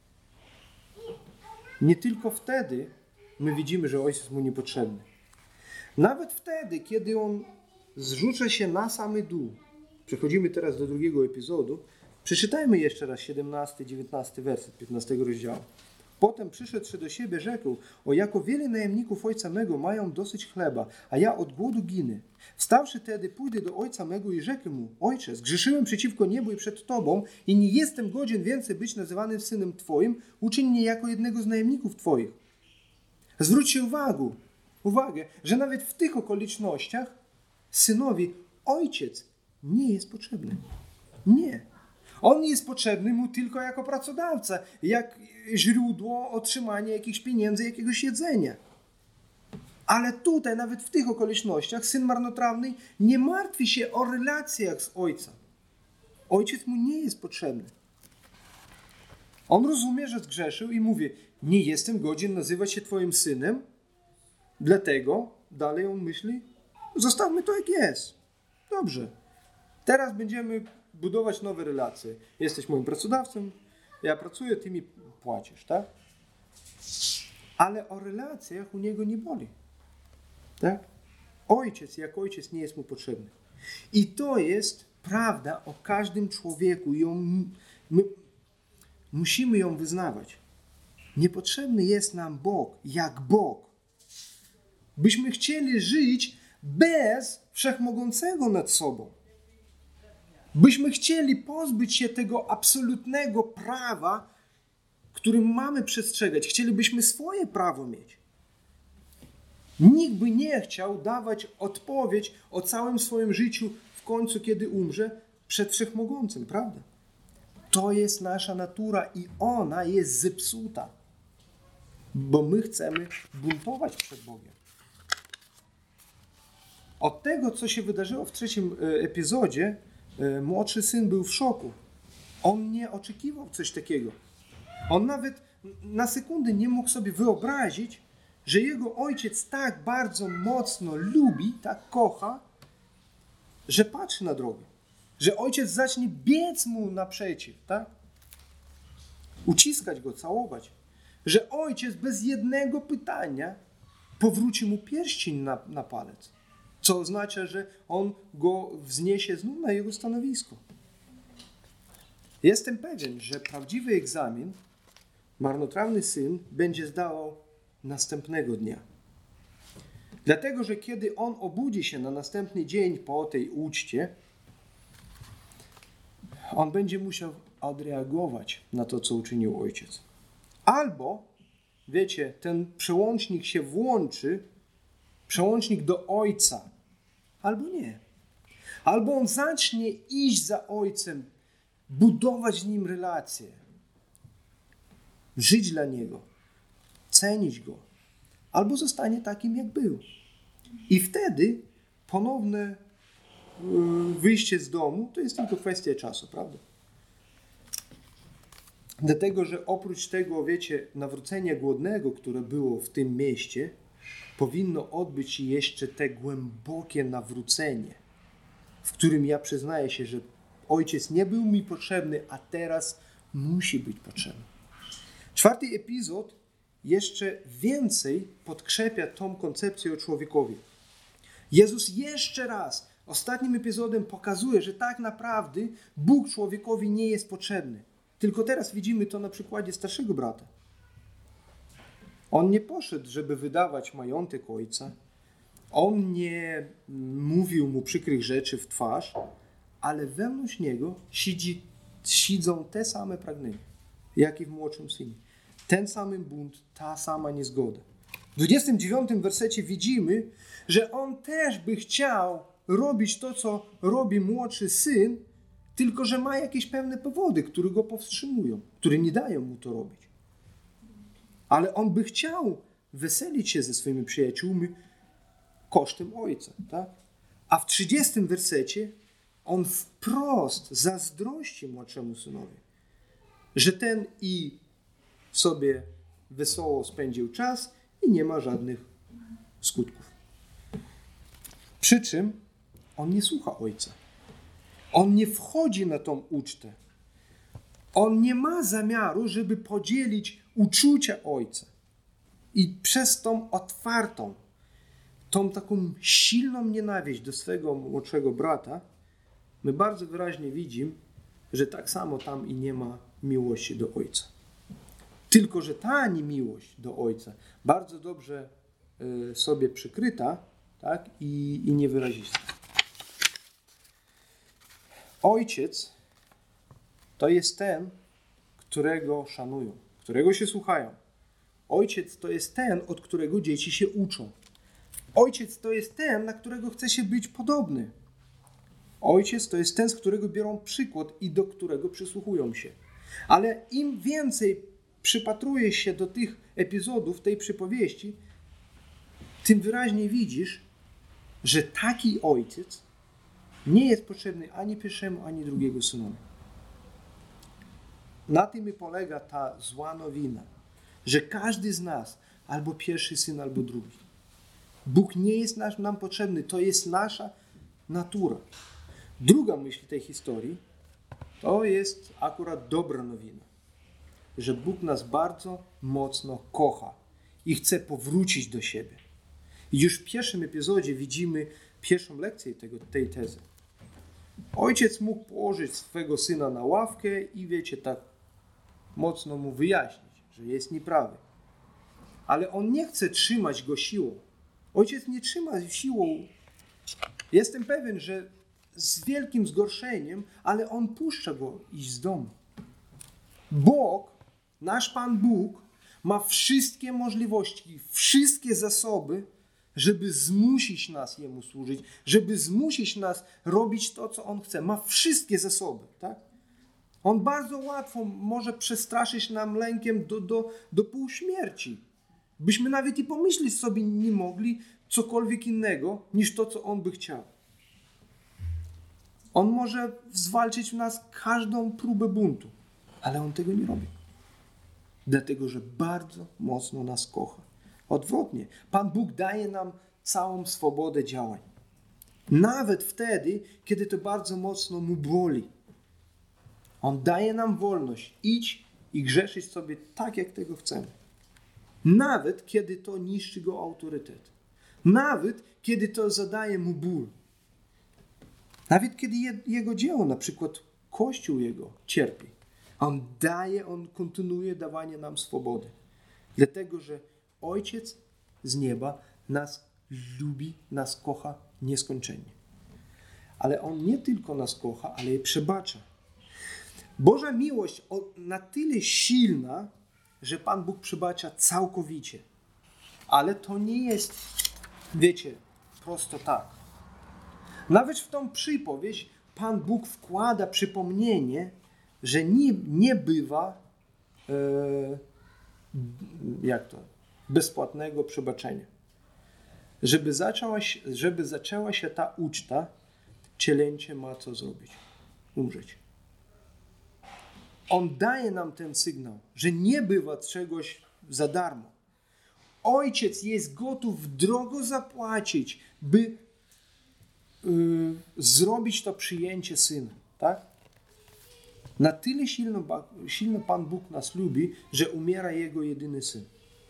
Nie tylko wtedy my widzimy, że ojciec mu niepotrzebny. Nawet wtedy, kiedy on zrzuca się na samy dół. Przechodzimy teraz do drugiego epizodu. Przeczytajmy jeszcze raz 17-19 werset 15 rozdziału. Potem przyszedłszy do siebie, rzekł: o jako wiele najemników ojca mego mają dosyć chleba, a ja od głodu ginę. Wstawszy tedy, pójdę do ojca mego i rzekł mu: ojcze, zgrzeszyłem przeciwko niebu i przed tobą i nie jestem godzien więcej być nazywanym synem twoim, uczyń mnie jako jednego z najemników twoich. Zwróćcie uwagę, że nawet w tych okolicznościach synowi ojciec nie jest potrzebny. Nie. On jest potrzebny mu tylko jako pracodawca, jak źródło otrzymania jakichś pieniędzy, jakiegoś jedzenia. Ale tutaj, nawet w tych okolicznościach, syn marnotrawny nie martwi się o relacjach z ojcem. Ojciec mu nie jest potrzebny. On rozumie, że zgrzeszył i mówi: nie jestem godzien nazywać się twoim synem, dlatego dalej on myśli: zostawmy to jak jest. Dobrze. Teraz będziemy budować nowe relacje. Jesteś moim pracodawcą, ja pracuję, ty mi płacisz, tak? Ale o relacjach u niego nie boli. Tak? Ojciec, jak ojciec, nie jest mu potrzebny. I to jest prawda o każdym człowieku. My musimy ją wyznawać. Niepotrzebny jest nam Bóg, jak Bóg. Byśmy chcieli żyć bez Wszechmogącego nad sobą. Byśmy chcieli pozbyć się tego absolutnego prawa, którym mamy przestrzegać. Chcielibyśmy swoje prawo mieć. Nikt by nie chciał dawać odpowiedź o całym swoim życiu w końcu, kiedy umrze, przed Wszechmogącym, prawda? To jest nasza natura i ona jest zepsuta. Bo my chcemy buntować przed Bogiem. Od tego, co się wydarzyło w 3. epizodzie, młodszy syn był w szoku. On nie oczekiwał coś takiego. On nawet na sekundę nie mógł sobie wyobrazić, że jego ojciec tak bardzo mocno lubi, tak kocha, że patrzy na drogę. Że ojciec zacznie biec mu naprzeciw, tak? Uciskać go, całować. Że ojciec bez jednego pytania powróci mu pierścień na palec. Co oznacza, że on go wzniesie znów na jego stanowisko. Jestem pewien, że prawdziwy egzamin marnotrawny syn będzie zdawał następnego dnia. Dlatego, że kiedy on obudzi się na następny dzień po tej uczcie, on będzie musiał odreagować na to, co uczynił ojciec. Albo, wiecie, ten przełącznik się włączy, przełącznik do ojca, albo nie. Albo on zacznie iść za ojcem, budować z nim relacje, żyć dla niego, cenić go, albo zostanie takim, jak był. I wtedy ponowne wyjście z domu to jest tylko kwestia czasu, prawda? Dlatego, że oprócz tego, wiecie, nawrócenia głodnego, które było w tym mieście, powinno odbyć się jeszcze te głębokie nawrócenie, w którym ja przyznaję się, że ojciec nie był mi potrzebny, a teraz musi być potrzebny. 4. epizod jeszcze więcej podkrzepia tą koncepcję o człowiekowi. Jezus jeszcze raz, ostatnim epizodem pokazuje, że tak naprawdę Bóg człowiekowi nie jest potrzebny. Tylko teraz widzimy to na przykładzie starszego brata. On nie poszedł, żeby wydawać majątek ojca. On nie mówił mu przykrych rzeczy w twarz, ale wewnątrz niego siedzą te same pragnienia, jak i w młodszym synie. Ten sam bunt, ta sama niezgoda. W 29 wersecie widzimy, że on też by chciał robić to, co robi młodszy syn, tylko że ma jakieś pewne powody, które go powstrzymują, które nie dają mu to robić. Ale on by chciał weselić się ze swoimi przyjaciółmi kosztem ojca. Tak? A w 30 wersecie on wprost zazdrości młodszemu synowi, że ten i sobie wesoło spędził czas i nie ma żadnych skutków. Przy czym on nie słucha ojca. On nie wchodzi na tą ucztę. On nie ma zamiaru, żeby podzielić uczucia ojca. I przez tą otwartą, tą taką silną nienawiść do swego młodszego brata, my bardzo wyraźnie widzimy, że tak samo tam i nie ma miłości do ojca. Tylko że ta niemiłość do ojca bardzo dobrze sobie przykryta, tak, i niewyrazista. Ojciec to jest ten, którego szanują, którego się słuchają. Ojciec to jest ten, od którego dzieci się uczą. Ojciec to jest ten, na którego chce się być podobny. Ojciec to jest ten, z którego biorą przykład i do którego przysłuchują się. Ale im więcej przypatruje się do tych epizodów tej przypowieści, tym wyraźniej widzisz, że taki ojciec nie jest potrzebny ani pierwszemu, ani drugiego synowi. Na tym i polega ta zła nowina, że każdy z nas albo pierwszy syn, albo drugi. Bóg nie jest nam potrzebny, to jest nasza natura. Druga myśl tej historii To jest akurat dobra nowina, że Bóg nas bardzo mocno kocha i chce powrócić do siebie. I już w pierwszym epizodzie widzimy pierwszą lekcję tej tezy. Ojciec mógł położyć swego syna na ławkę i wiecie, tak mocno mu wyjaśnić, że jest nieprawy. Ale on nie chce trzymać go siłą. Ojciec nie trzyma siłą. Jestem pewien, że z wielkim zgorszeniem, ale on puszcza go iść z domu. Bóg, nasz Pan Bóg, ma wszystkie możliwości, wszystkie zasoby, żeby zmusić nas Jemu służyć, żeby zmusić nas robić to, co On chce. Ma wszystkie zasoby, tak? On bardzo łatwo może przestraszyć nam lękiem do półśmierci. Byśmy nawet i pomyśleć sobie nie mogli cokolwiek innego, niż to, co On by chciał. On może zwalczyć w nas każdą próbę buntu, ale On tego nie robi. Dlatego, że bardzo mocno nas kocha. Odwrotnie, Pan Bóg daje nam całą swobodę działań. Nawet wtedy, kiedy to bardzo mocno Mu boli. On daje nam wolność. Idź i grzeszyć sobie tak, jak tego chcemy. Nawet kiedy to niszczy Go autorytet. Nawet kiedy to zadaje Mu ból. Nawet kiedy Jego dzieło, na przykład Kościół Jego, cierpi. On kontynuuje dawanie nam swobody. Dlatego, że Ojciec z nieba nas lubi, nas kocha nieskończenie. Ale On nie tylko nas kocha, ale i przebacza. Boża miłość na tyle silna, że Pan Bóg przebacza całkowicie. Ale to nie jest, wiecie, prosto tak. Nawet w tą przypowieść Pan Bóg wkłada przypomnienie, że nie bywa bezpłatnego przebaczenia. Żeby zaczęła się ta uczta, cielęcie ma co zrobić? Umrzeć. On daje nam ten sygnał, że nie bywa czegoś za darmo. Ojciec jest gotów drogo zapłacić, by zrobić to przyjęcie syna. Tak? Na tyle silno Pan Bóg nas lubi, że umiera Jego jedyny syn.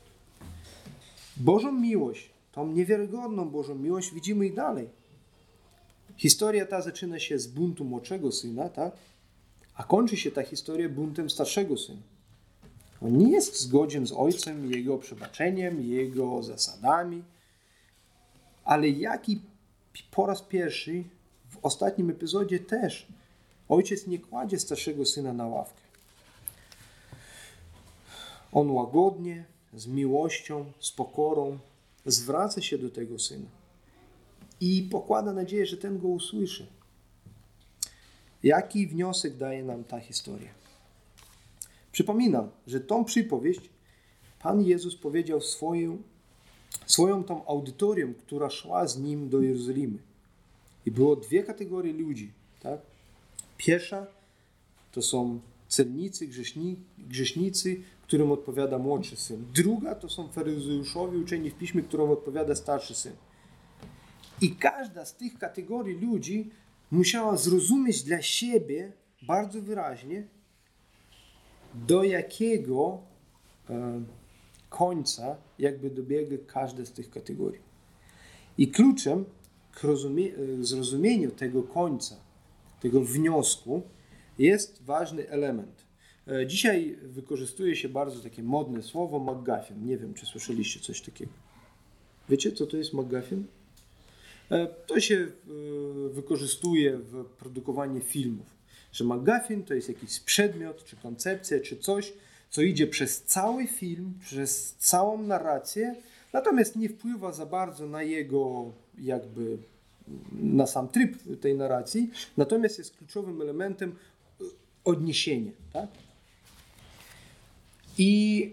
Bożą miłość, tą niewiarygodną Bożą miłość widzimy i dalej. Historia ta zaczyna się z buntu młodszego syna, tak? A kończy się ta historia buntem starszego syna. On nie jest zgodzien z ojcem, jego przebaczeniem, jego zasadami, ale jak i po raz pierwszy w ostatnim epizodzie też ojciec nie kładzie starszego syna na ławkę. On łagodnie, z miłością, z pokorą zwraca się do tego syna i pokłada nadzieję, że ten go usłyszy. Jaki wniosek daje nam ta historia? Przypominam, że tą przypowieść Pan Jezus powiedział swoją tą audytorium, która szła z Nim do Jerozolimy. I było dwie kategorie ludzi. Tak? Pierwsza to są celnicy, grzesznicy, którym odpowiada młodszy syn. Druga to są faryzeuszowie, uczeni w piśmie, którym odpowiada starszy syn. I każda z tych kategorii ludzi musiała zrozumieć dla siebie bardzo wyraźnie, do jakiego końca jakby dobiega każda z tych kategorii. I kluczem k zrozumieniu tego końca, tego wniosku jest ważny element. Dzisiaj wykorzystuje się bardzo takie modne słowo MacGuffin. Nie wiem, czy słyszeliście coś takiego. Wiecie, co to jest MacGuffin? To się wykorzystuje w produkowaniu filmów. Że MacGuffin to jest jakiś przedmiot, czy koncepcja, czy coś, co idzie przez cały film, przez całą narrację, natomiast nie wpływa za bardzo na jego na sam tryb tej narracji, natomiast jest kluczowym elementem odniesienia. Tak? I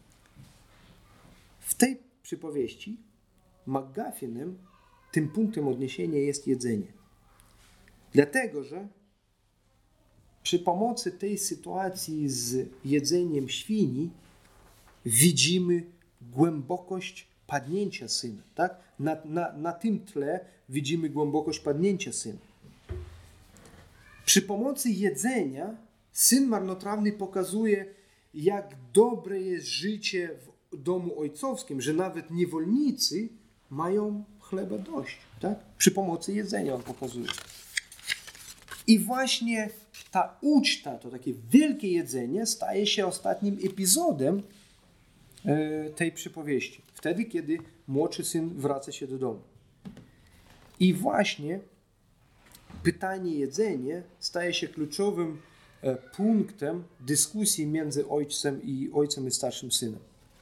w tej przypowieści MacGuffinem, tym punktem odniesienia jest jedzenie. Dlatego, że przy pomocy tej sytuacji z jedzeniem świni widzimy głębokość padnięcia syna. Tak? Na tym tle widzimy głębokość padnięcia syna. Przy pomocy jedzenia syn marnotrawny pokazuje, jak dobre jest życie w domu ojcowskim, że nawet niewolnicy mają chleba dość. Tak? Przy pomocy jedzenia on pokazuje. I właśnie ta uczta, to takie wielkie jedzenie, staje się ostatnim epizodem tej przypowieści. Wtedy, kiedy młodszy syn wraca się do domu. I właśnie pytanie jedzenie staje się kluczowym punktem dyskusji między ojcem i starszym synem.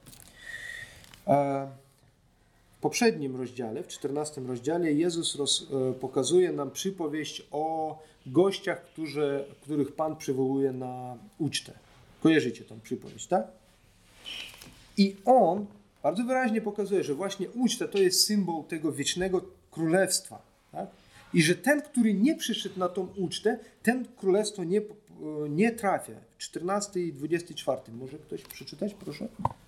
W poprzednim rozdziale, w 14 rozdziale, Jezus pokazuje nam przypowieść o gościach, których Pan przywołuje na ucztę. Kojarzycie tą przypowieść, tak? I on bardzo wyraźnie pokazuje, że właśnie uczta to jest symbol tego wiecznego królestwa. Tak? I że ten, który nie przyszedł na tą ucztę, ten królestwo nie trafia. 14 i 24. Może ktoś przeczytać, proszę?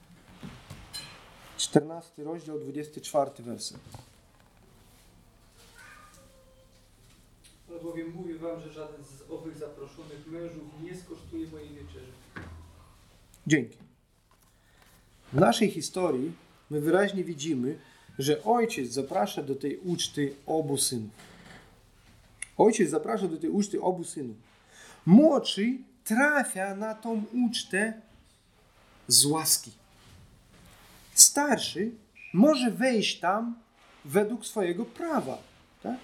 14 rozdział, 24 werset. Albowiem mówię wam, że żaden z owych zaproszonych mężów nie skosztuje mojej wieczerzy. Dzięki. W naszej historii my wyraźnie widzimy, że ojciec zaprasza do tej uczty obu synów. Ojciec zaprasza do tej uczty obu synów. Młodszy trafia na tą ucztę z łaski. Starszy może wejść tam według swojego prawa. Tak?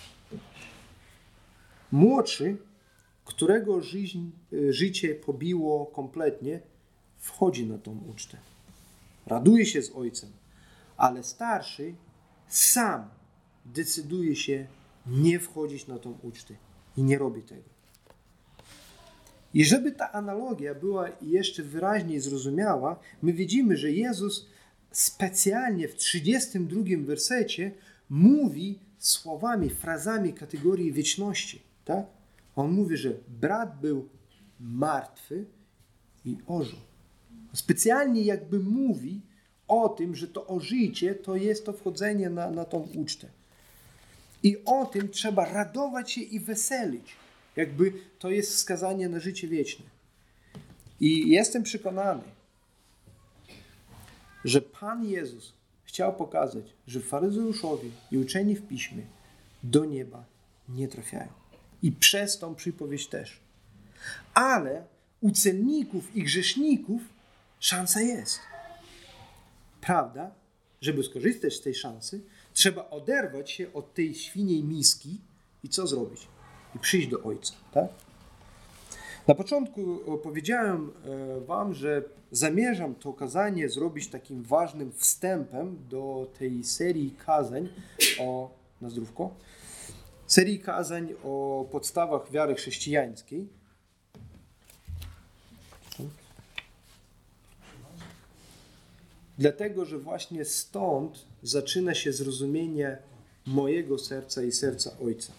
Młodszy, którego życie pobiło kompletnie, wchodzi na tą ucztę. Raduje się z ojcem. Ale starszy sam decyduje się nie wchodzić na tą ucztę. I nie robi tego. I żeby ta analogia była jeszcze wyraźniej zrozumiała, my widzimy, że Jezus specjalnie w 32 wersecie mówi słowami, frazami kategorii wieczności. Tak? On mówi, że brat był martwy i ożył. Specjalnie jakby mówi o tym, że to ożycie to jest to wchodzenie na tą ucztę. I o tym trzeba radować się i weselić. Jakby to jest wskazanie na życie wieczne. I jestem przekonany, że Pan Jezus chciał pokazać, że faryzeuszowie i uczeni w Piśmie do nieba nie trafiają. I przez tą przypowieść też. Ale u celników i grzeszników szansa jest. Prawda? Żeby skorzystać z tej szansy, trzeba oderwać się od tej świniej miski i co zrobić? I przyjść do Ojca. Tak? Na początku powiedziałem wam, że zamierzam to kazanie zrobić takim ważnym wstępem do tej serii kazań na zdrówko, serii kazań o podstawach wiary chrześcijańskiej. Dlatego, że właśnie stąd zaczyna się zrozumienie mojego serca i serca Ojca.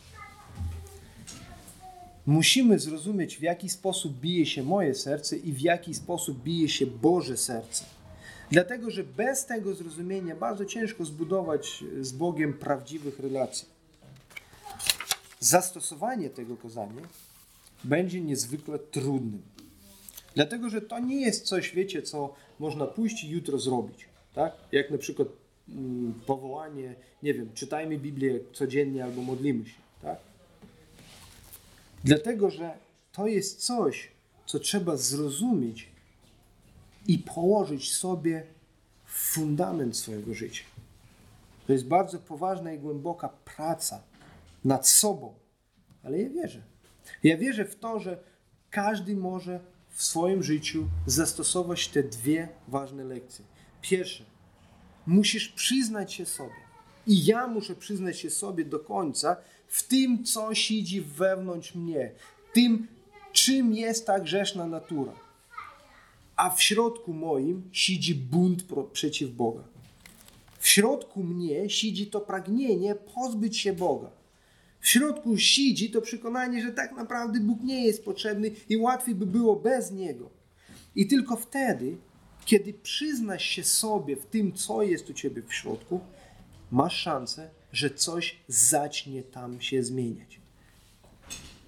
Musimy zrozumieć, w jaki sposób bije się moje serce i w jaki sposób bije się Boże serce. Dlatego, że bez tego zrozumienia bardzo ciężko zbudować z Bogiem prawdziwych relacji. Zastosowanie tego kazania będzie niezwykle trudnym. Dlatego, że to nie jest coś, wiecie, co można pójść i jutro zrobić. Tak? Jak na przykład powołanie, nie wiem, czytajmy Biblię codziennie albo modlimy się. Tak? Dlatego, że to jest coś, co trzeba zrozumieć i położyć sobie w fundament swojego życia. To jest bardzo poważna i głęboka praca nad sobą. Ale ja wierzę. Ja wierzę w to, że każdy może w swoim życiu zastosować te dwie ważne lekcje. Pierwsze, musisz przyznać się sobie. I ja muszę przyznać się sobie do końca w tym, co siedzi wewnątrz mnie. Tym, czym jest ta grzeszna natura. A w środku moim siedzi bunt przeciw Boga. W środku mnie siedzi to pragnienie pozbyć się Boga. W środku siedzi to przekonanie, że tak naprawdę Bóg nie jest potrzebny i łatwiej by było bez Niego. I tylko wtedy, kiedy przyznasz się sobie w tym, co jest u ciebie w środku, masz szansę, że coś zacznie tam się zmieniać.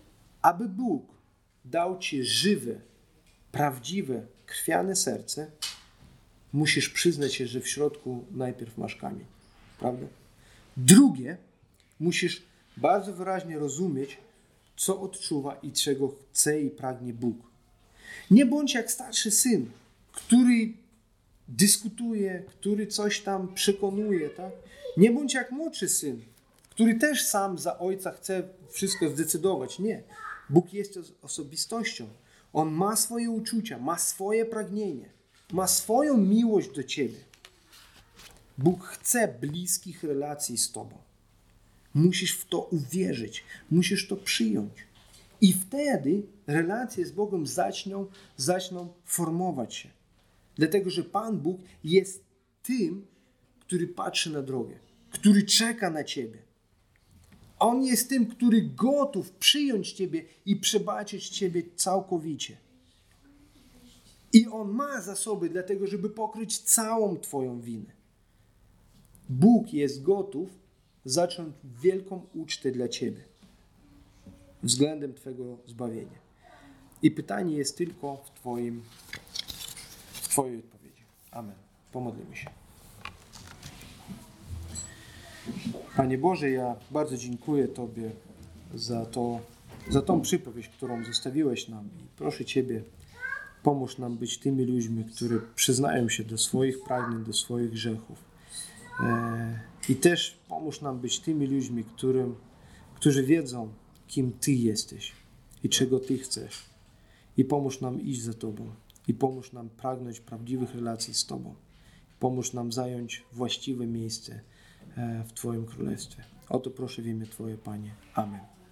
aby Bóg dał ci żywe, prawdziwe, krwiane serce, musisz przyznać się, że w środku najpierw masz kamień. Prawda? Drugie, musisz bardzo wyraźnie rozumieć, co odczuwa i czego chce i pragnie Bóg. Nie bądź jak starszy syn, który dyskutuje, który coś tam przekonuje. Tak? Nie bądź jak młodszy syn, który też sam za ojca chce wszystko zdecydować. Nie. Bóg jest osobistością. On ma swoje uczucia, ma swoje pragnienie, ma swoją miłość do ciebie. Bóg chce bliskich relacji z tobą. Musisz w to uwierzyć, musisz to przyjąć. I wtedy relacje z Bogiem zaczną formować się. Dlatego, że Pan Bóg jest tym, który patrzy na drogę, który czeka na ciebie. On jest tym, który gotów przyjąć ciebie i przebaczyć ciebie całkowicie. I On ma zasoby dlatego, żeby pokryć całą twoją winę. Bóg jest gotów zacząć wielką ucztę dla ciebie względem twojego zbawienia. I pytanie jest tylko w twojej odpowiedzi. Amen. Pomodlimy się. Panie Boże, ja bardzo dziękuję Tobie za tą przypowieść, którą zostawiłeś nam. I proszę Ciebie, pomóż nam być tymi ludźmi, którzy przyznają się do swoich pragnień, do swoich grzechów. I też pomóż nam być tymi ludźmi, którzy wiedzą, kim Ty jesteś i czego Ty chcesz. I pomóż nam iść za Tobą. I pomóż nam pragnąć prawdziwych relacji z Tobą. Pomóż nam zająć właściwe miejsce w Twoim Królestwie. O to proszę w imię Twoje, Panie. Amen.